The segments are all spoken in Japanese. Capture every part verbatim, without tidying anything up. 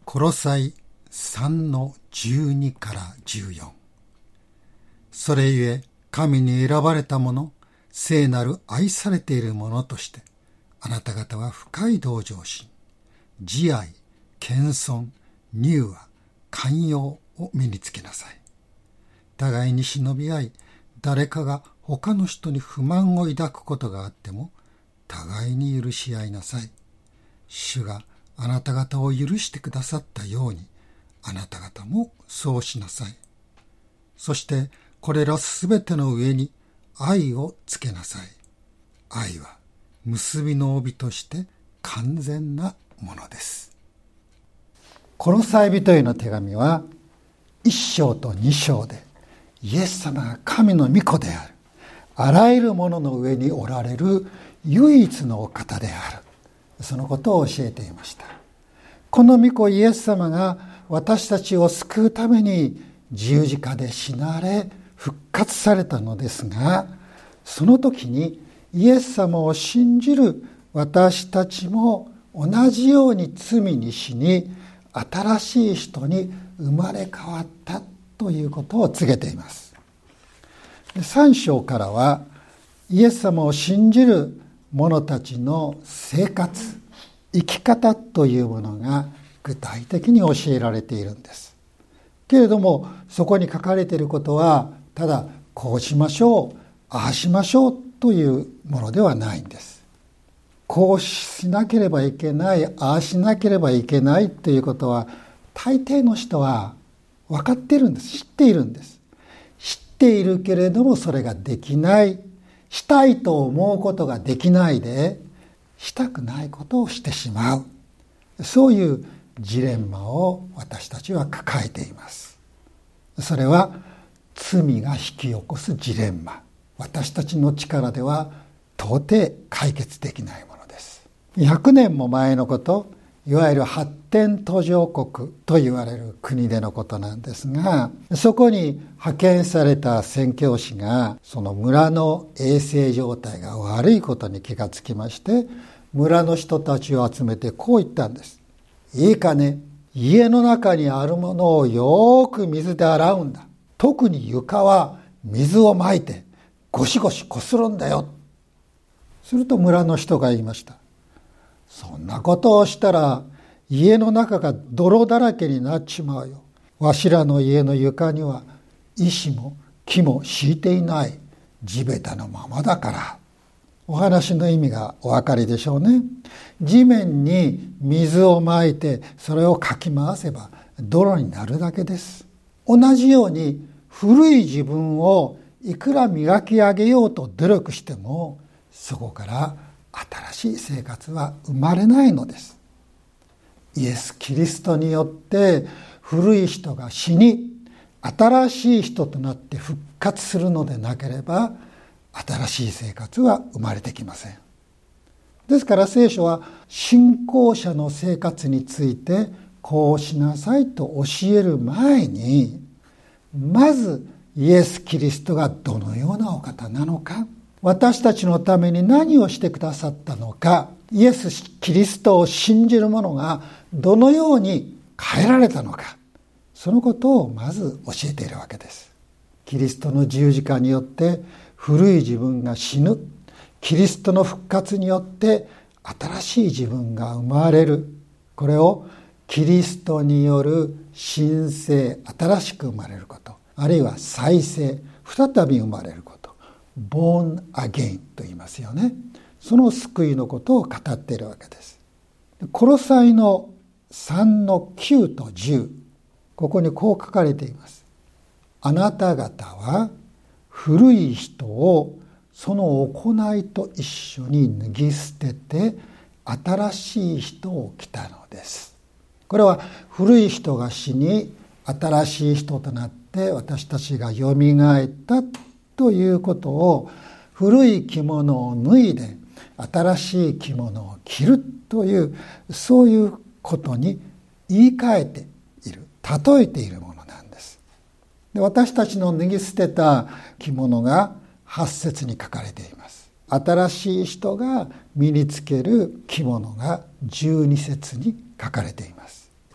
コロサイさんのじゅうにからじゅうよん。それゆえ神に選ばれた者、聖なる愛されている者として、あなた方は深い同情心、慈愛、謙遜、柔和、寛容を身につけなさい。互いに忍び合い、誰かが他の人に不満を抱くことがあっても、互いに許し合いなさい。主があなた方を許してくださったように、あなた方もそうしなさい。そしてこれらすべての上に愛をつけなさい。愛は結びの帯として完全なものです。コロサイ人への手紙は一章と二章で、イエス様が神の御子である、あらゆるものの上におられる唯一のお方である、そのことを教えていました。この御子イエス様が私たちを救うために十字架で死なれ復活されたのですが、その時にイエス様を信じる私たちも同じように罪に死に、新しい人に生まれ変わったということを告げています。さん章からはイエス様を信じる者たちの生活、生き方というものが具体的に教えられているんです。けれどもそこに書かれていることはただこうしましょう、ああしましょうというものではないんです。こうしなければいけない、ああしなければいけないということは大抵の人は分かっているんです。知っているんです。知っているけれどもそれができない、したいと思うことができないで、したくないことをしてしまう、そういうジレンマを私たちは抱えています。それは罪が引き起こすジレンマ、私たちの力では到底解決できないものです。ひゃくねんも前のこと、いわゆる発展途上国と言われる国でのことなんですが、そこに派遣された宣教師がその村の衛生状態が悪いことに気がつきまして、村の人たちを集めてこう言ったんです。いいかね、家の中にあるものをよく水で洗うんだ。特に床は水をまいてゴシゴシこするんだよ。すると村の人が言いました。そんなことをしたら家の中が泥だらけになっちまうよ。わしらの家の床には石も木も敷いていない地べたのままだから。お話の意味がお分かりでしょうね。地面に水をまいてそれをかき回せば泥になるだけです。同じように古い自分をいくら磨き上げようと努力しても、そこから新しい生活は生まれないのです。イエス・キリストによって古い人が死に、新しい人となって復活するのでなければ、新しい生活は生まれてきません。ですから聖書は信仰者の生活についてこうしなさいと教える前に、まずイエス・キリストがどのようなお方なのか、私たちのために何をしてくださったのか、イエス・キリストを信じる者がどのように変えられたのか、そのことをまず教えているわけです。キリストの十字架によって古い自分が死ぬ、キリストの復活によって新しい自分が生まれる、これをキリストによる新生、新しく生まれること、あるいは再生、再び生まれること、born again と言いますよね。その救いのことを語っているわけです。コロサイのさんのきゅうとじゅう、ここにこう書かれています。あなた方は古い人をその行いと一緒に脱ぎ捨てて新しい人を着たのです。これは古い人が死に新しい人となって私たちがよみがえったということを、古い着物を脱いで新しい着物を着るという、そういうことに言い換えている、例えているものなんです。で、私たちの脱ぎ捨てた着物がはち節に書かれています。新しい人が身につける着物がじゅうに節に書かれています。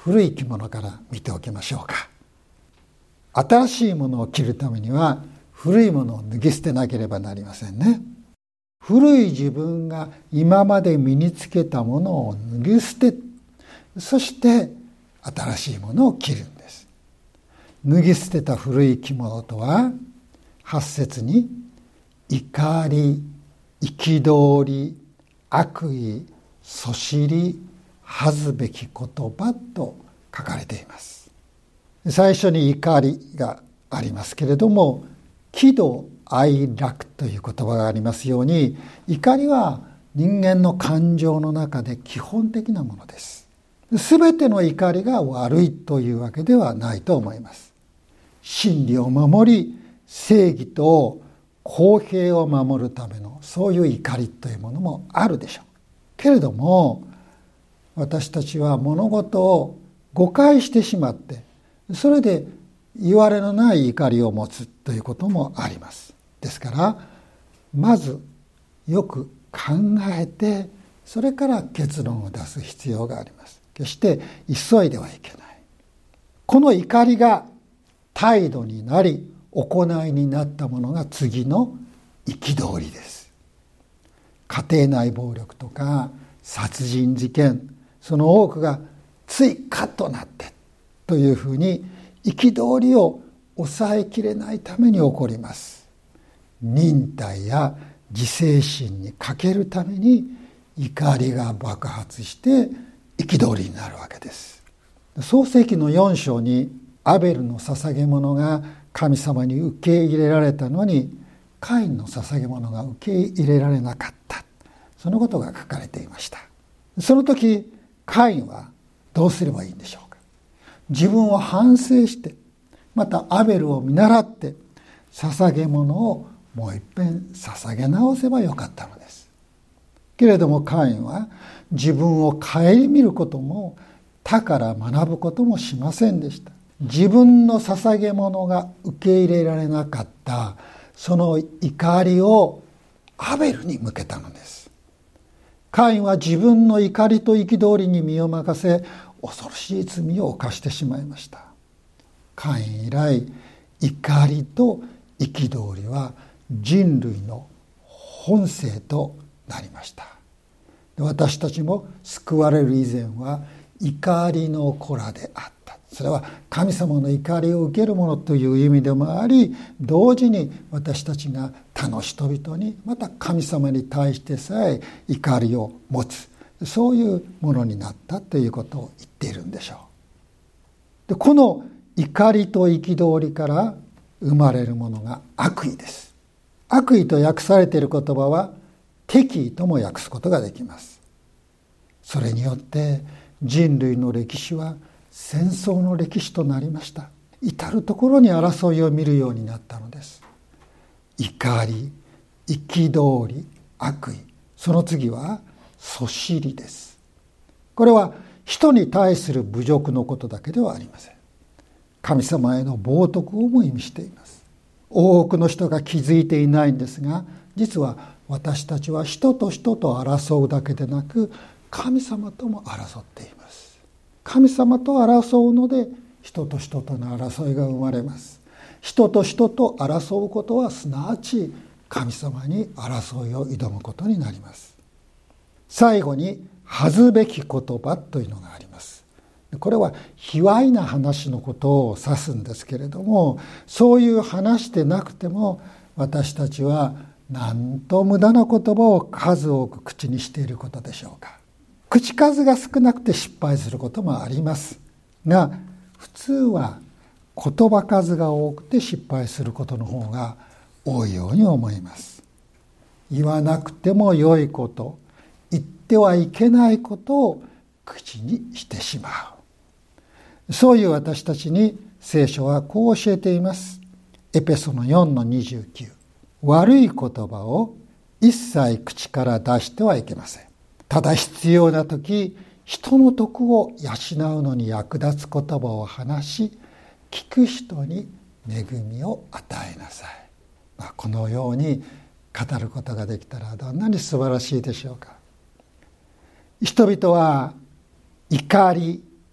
古い着物から見ておきましょうか。新しいものを着るためには古いものを脱ぎ捨てなければなりませんね。古い自分が今まで身につけたものを脱ぎ捨て、そして新しいものを着るんです。脱ぎ捨てた古い着物とは、はち節に怒り、憤り、悪意、そしり、恥ずべき言葉と書かれています。最初に怒りがありますけれども、喜怒哀楽という言葉がありますように、怒りは人間の感情の中で基本的なものです。すべての怒りが悪いというわけではないと思います。真理を守り、正義と公平を守るためのそういう怒りというものもあるでしょう。けれども、私たちは物事を誤解してしまって、それでいわれのない怒りを持つということもあります。ですからまずよく考えて、それから結論を出す必要があります。決して急いではいけない。この怒りが態度になり行いになったものが次の憤りです。家庭内暴力とか殺人事件、その多くがついカッとなってというふうに憤りを抑えきれないために起こります。忍耐や自制心に欠けるために怒りが爆発して憤りになるわけです。創世記のよん章にアベルの捧げ物が神様に受け入れられたのに、カインの捧げ物が受け入れられなかった、そのことが書かれていました。その時カインはどうすればいいんでしょうか。自分を反省して、またアベルを見習って捧げ物をもう一遍捧げ直せばよかったのです。けれどもカインは自分を顧みることも他から学ぶこともしませんでした。自分の捧げ物が受け入れられなかったその怒りをアベルに向けたのです。カインは自分の怒りと憤りに身を任せ、恐ろしい罪を犯してしまいました。カイン以来、怒りと憤りは人類の本性となりました。私たちも救われる以前は怒りの子らであった。それは神様の怒りを受けるものという意味でもあり、同時に私たちが他の人々に、また神様に対してさえ怒りを持つ、そういうものになったということを言っているんでしょう。で、この怒りと憤りから生まれるものが悪意です。悪意と訳されている言葉は敵意とも訳すことができます。それによって人類の歴史は戦争の歴史となりました。至るところに争いを見るようになったのです。怒り、憤り、悪意、その次はそしりです。これは人に対する侮辱のことだけではありません。神様への冒涜をも意味しています。多くの人が気づいていないんですが、実は私たちは人と人と争うだけでなく、神様とも争っています。神様と争うので人と人との争いが生まれます。人と人と争うことはすなわち神様に争いを挑むことになります。最後に恥ずべき言葉というのがあります。これは卑猥な話のことを指すんですけれども、そういう話でなくても私たちはなんと無駄な言葉を数多く口にしていることでしょうか。口数が少なくて失敗することもありますが、普通は言葉数が多くて失敗することの方が多いように思います。言わなくても良いこと、言ってはいけないことを口にしてしまう。そういう私たちに聖書はこう教えています。エペソのよんのにじゅうきゅう。悪い言葉を一切口から出してはいけません。ただ必要な時、人の徳を養うのに役立つ言葉を話し、聞く人に恵みを与えなさい。まあ、このように語ることができたらどんなに素晴らしいでしょうか。人々は怒り、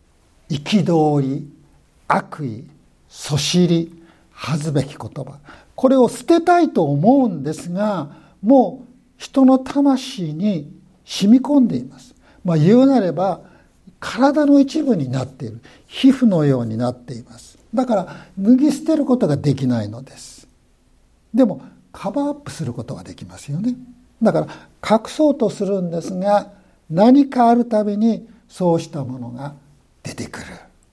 憤り、悪意、そしり、恥ずべき言葉、これを捨てたいと思うんですが、もう人の魂に染み込んでいます。まあ言うなれば体の一部になっている、皮膚のようになっています。だから脱ぎ捨てることができないのです。でもカバーアップすることはできますよね。だから隠そうとするんですが、何かあるたびにそうしたものが出てくる。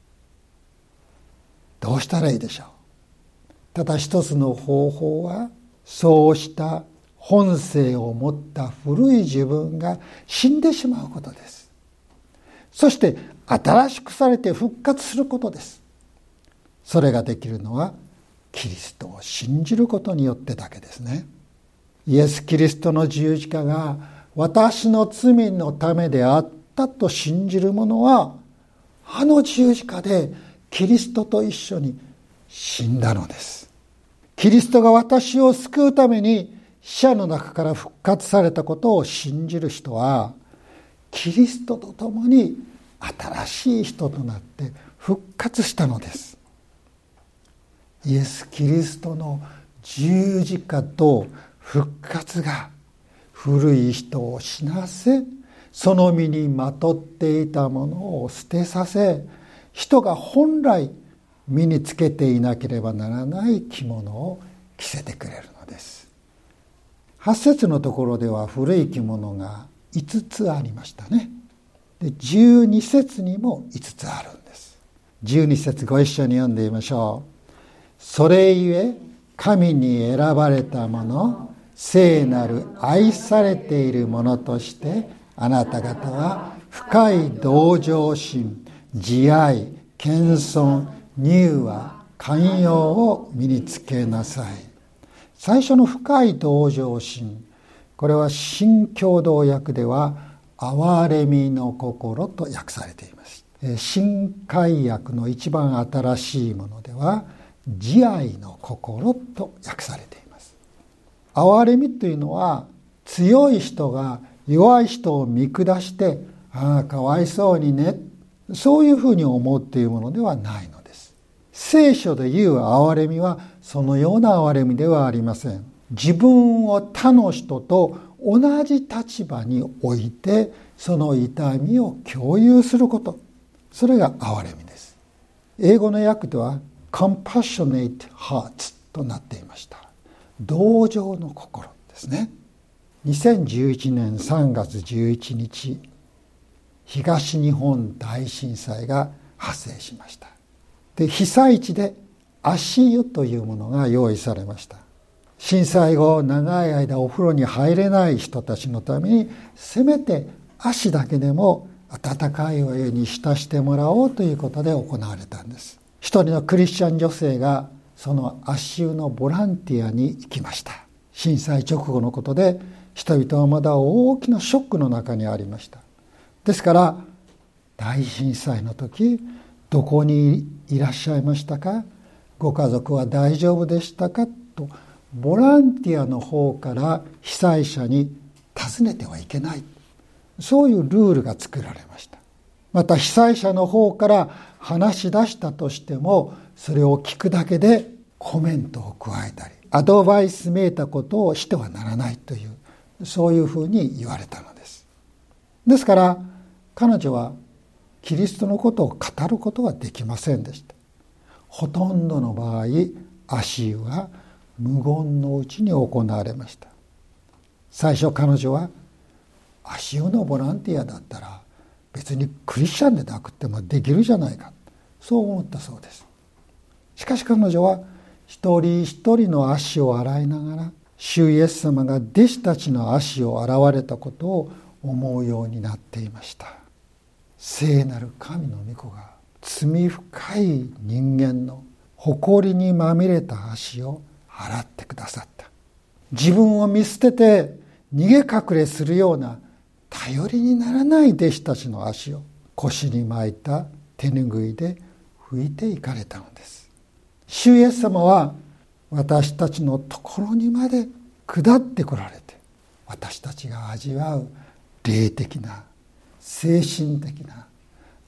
どうしたらいいでしょう。ただ一つの方法は、そうした本性を持った古い自分が死んでしまうことです。そして新しくされて復活することです。それができるのはキリストを信じることによってだけですね。イエス・キリストの十字架が私の罪のためであったと信じる者は、あの十字架でキリストと一緒に死んだのです。キリストが私を救うために死者の中から復活されたことを信じる人は、キリストと共に新しい人となって復活したのです。イエス・キリストの十字架と復活が古い人を死なせ、その身にまとっていたものを捨てさせ、人が本来身につけていなければならない着物を着せてくれるのです。はち節のところでは古い着物がいつつありましたね。でじゅうに節にもいつつあるんです。じゅうに節ご一緒に読んでみましょう。それゆえ神に選ばれた者、聖なる愛されている者としてあなた方は深い同情心、慈愛、謙遜、柔和、寛容を身につけなさい。最初の深い同情心、これは新共同訳では憐れみの心と訳されています。新改訳の一番新しいものでは慈愛の心と訳されています。憐れみというのは、強い人が弱い人を見下して、ああかわいそうにね、そういうふうに思っているものではないのです。聖書で言う憐れみはそのような憐れみではありません。自分を他の人と同じ立場に置いて、その痛みを共有すること、それが憐れみです。英語の訳ではcompassionate hearts となっていました。同情の心ですね。にせんじゅういちねんさんがつじゅういちにち、東日本大震災が発生しました。で、被災地で足湯というものが用意されました。震災後長い間お風呂に入れない人たちのために、せめて足だけでも温かいお湯に浸してもらおうということで行われたんです。一人のクリスチャン女性がその足湯のボランティアに行きました。震災直後のことで、人々はまだ大きなショックの中にありました。ですから大震災の時、どこにいらっしゃいましたか、ご家族は大丈夫でしたかと、ボランティアの方から被災者に尋ねてはいけない、そういうルールが作られました。また被災者の方から話し出したとしても、それを聞くだけでコメントを加えたりアドバイスめいたことをしてはならないという、そういうふうに言われたのです。ですから彼女はキリストのことを語ることはできませんでした。ほとんどの場合、足湯は無言のうちに行われました。最初彼女は足湯のボランティアだったら別にクリスチャンでなくてもできるじゃないか、そう思ったそうです。しかし彼女は一人一人の足を洗いながら、主イエス様が弟子たちの足を洗われたことを思うようになっていました。聖なる神の御子が罪深い人間の誇りにまみれた足を洗ってくださった。自分を見捨てて逃げ隠れするような頼りにならない弟子たちの足を腰に巻いた手ぬぐいで拭いていかれたのです。主イエス様は私たちのところにまで下ってこられて、私たちが味わう霊的な精神的な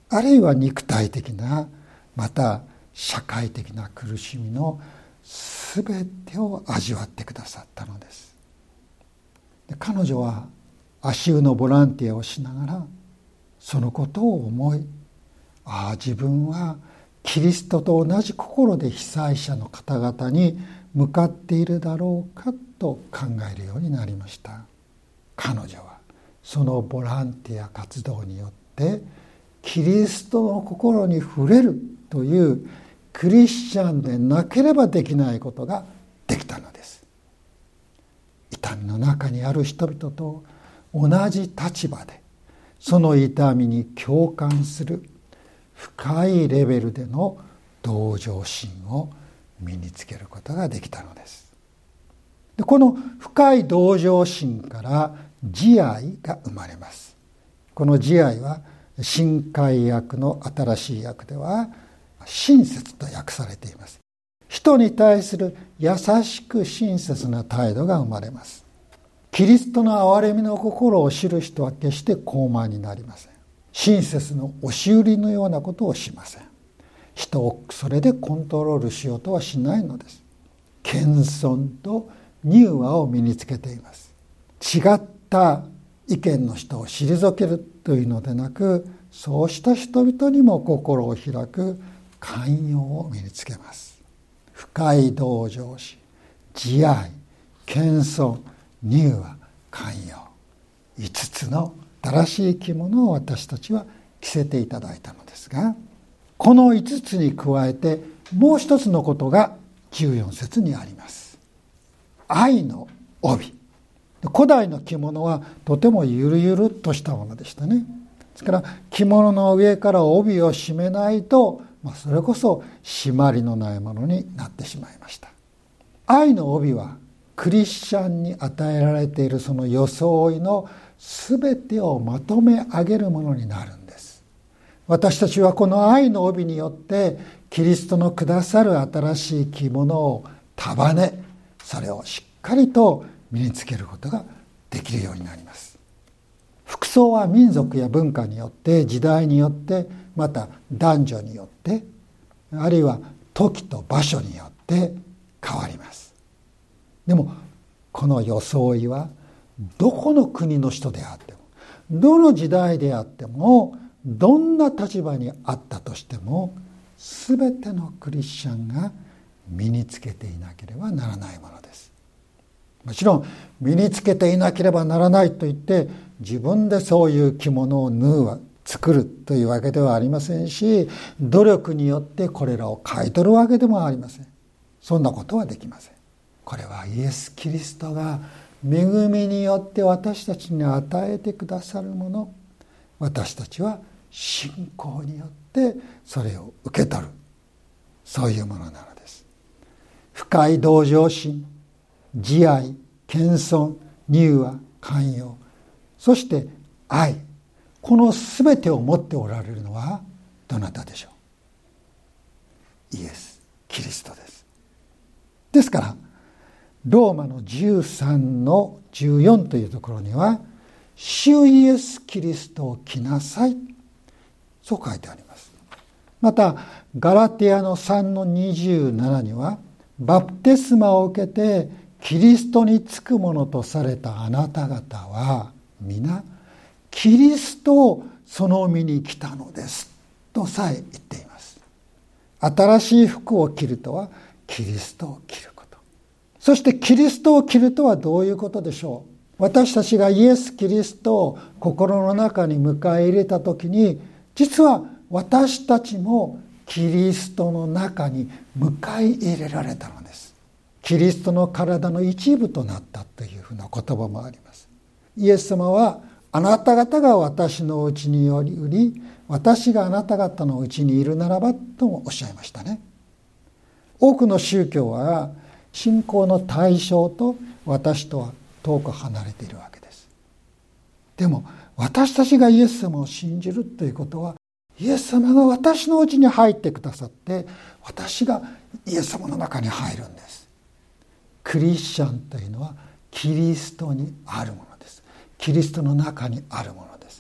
あるいは肉体的な、また社会的な苦しみのすべてを味わってくださったのです。で、彼女は足湯のボランティアをしながらそのことを思い、ああ、自分はキリストと同じ心で被災者の方々に向かっているだろうかと考えるようになりました。彼女はそのボランティア活動によってキリストの心に触れるというクリスチャンでなければできないことができたのです。痛みの中にある人々と同じ立場でその痛みに共感する深いレベルでの同情心を身につけることができたのです。で、この深い同情心から慈愛が生まれます。この慈愛は新海訳の新しい訳では親切と訳されています。人に対する優しく親切な態度が生まれます。キリストの憐れみの心を知る人は決して高慢になりません。親切の押し売りのようなことをしません。人をそれでコントロールしようとはしないのです。謙遜と柔和を身につけています。違った意見の人を退けるというのでなく、そうした人々にも心を開く寛容を身につけます。深い同情心、慈愛、謙遜、柔和、寛容、五つの新しい着物を私たちは着せていただいたのですが、この五つに加えてもう一つのことがじゅうよん節にあります。愛の帯。古代の着物はとてもゆるゆるっとしたものでしたね。ですから着物の上から帯を締めないと、まあ、それこそ締まりのないものになってしまいました。愛の帯はクリスチャンに与えられているその装いのすべてをまとめ上げるものになるんです。私たちはこの愛の帯によってキリストのくださる新しい着物を束ね、それをしっかりと身につけることができるようになります。服装は民族や文化によって、時代によって、また男女によって、あるいは時と場所によって変わります。でもこの装いはどこの国の人であっても、どの時代であっても、どんな立場にあったとしても、すべてのクリスチャンが身につけていなければならないものです。もちろん身につけていなければならないと言って自分でそういう着物を縫うは作るというわけではありませんし、努力によってこれらを買い取るわけでもありません。そんなことはできません。これはイエス・キリストが恵みによって私たちに与えてくださるもの、私たちは信仰によってそれを受け取る、そういうものなのです。深い同情心、慈愛、謙遜、柔和、寛容、そして愛、このすべてを持っておられるのはどなたでしょう？イエス・キリストです。ですからローマのじゅうさんのじゅうよんというところには、主イエス・キリストを着なさい、そう書いてあります。またガラテヤのさんのにじゅうななには、バプテスマを受けてキリストにつくものとされたあなた方は皆キリストをその身に着たのですとさえ言っています。新しい服を着るとはキリストを着ること。そしてキリストを着るとはどういうことでしょう？私たちがイエス・キリストを心の中に迎え入れたときに、実は私たちもキリストの中に迎え入れられたのです。キリストの体の一部となったというふうな言葉もあります。イエス様は、あなた方が私のうちにより、私があなた方のうちにいるならばともおっしゃいましたね。多くの宗教は信仰の対象と私とは遠く離れているわけです。でも私たちがイエス様を信じるということは、イエス様が私のうちに入ってくださって、私がイエス様の中に入るんです。クリスチャンというのはキリストにあるものです。キリストの中にあるものです。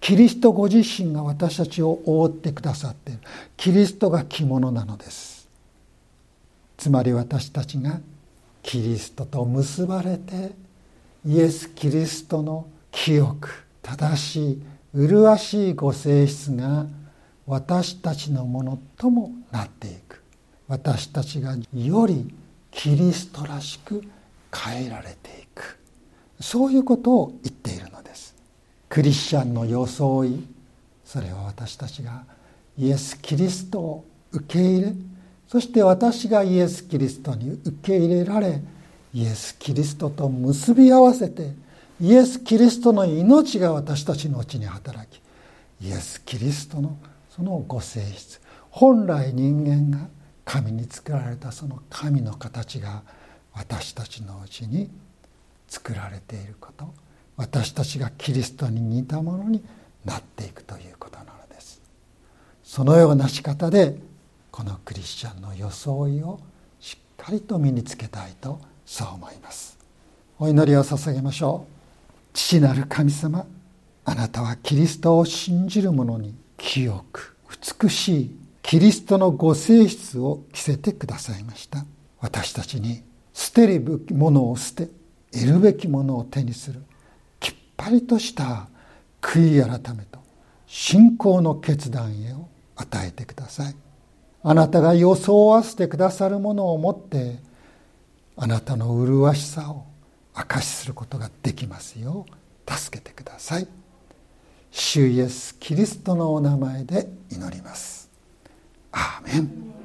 キリストご自身が私たちを覆ってくださっている。キリストが着物なのです。つまり私たちがキリストと結ばれて、イエス・キリストの清く正しい麗しいご性質が私たちのものともなっていく。私たちがよりキリストらしく変えられていく。そういうことを言っているのです。クリスチャンの装い、それは私たちがイエス・キリストを受け入れ、そして私がイエス・キリストに受け入れられ、イエス・キリストと結び合わせて、イエス・キリストの命が私たちのうちに働き、イエス・キリストのそのご性質、本来人間が神に作られたその神の形が私たちのうちに作られていること、私たちがキリストに似たものになっていくということなのです。そのような仕方でこのクリスチャンの装いをしっかりと身につけたいとそう思います。お祈りを捧げましょう。父なる神様、あなたはキリストを信じる者に清く美しいキリストのご性質を着せてくださいました。私たちに捨てるべきものを捨て、得るべきものを手にするきっぱりとした悔い改めと信仰の決断へを与えてください。あなたが装わせてくださるものをもってあなたの麗しさを証しすることができますよう助けてください。主イエスキリストのお名前で祈ります。アーメン。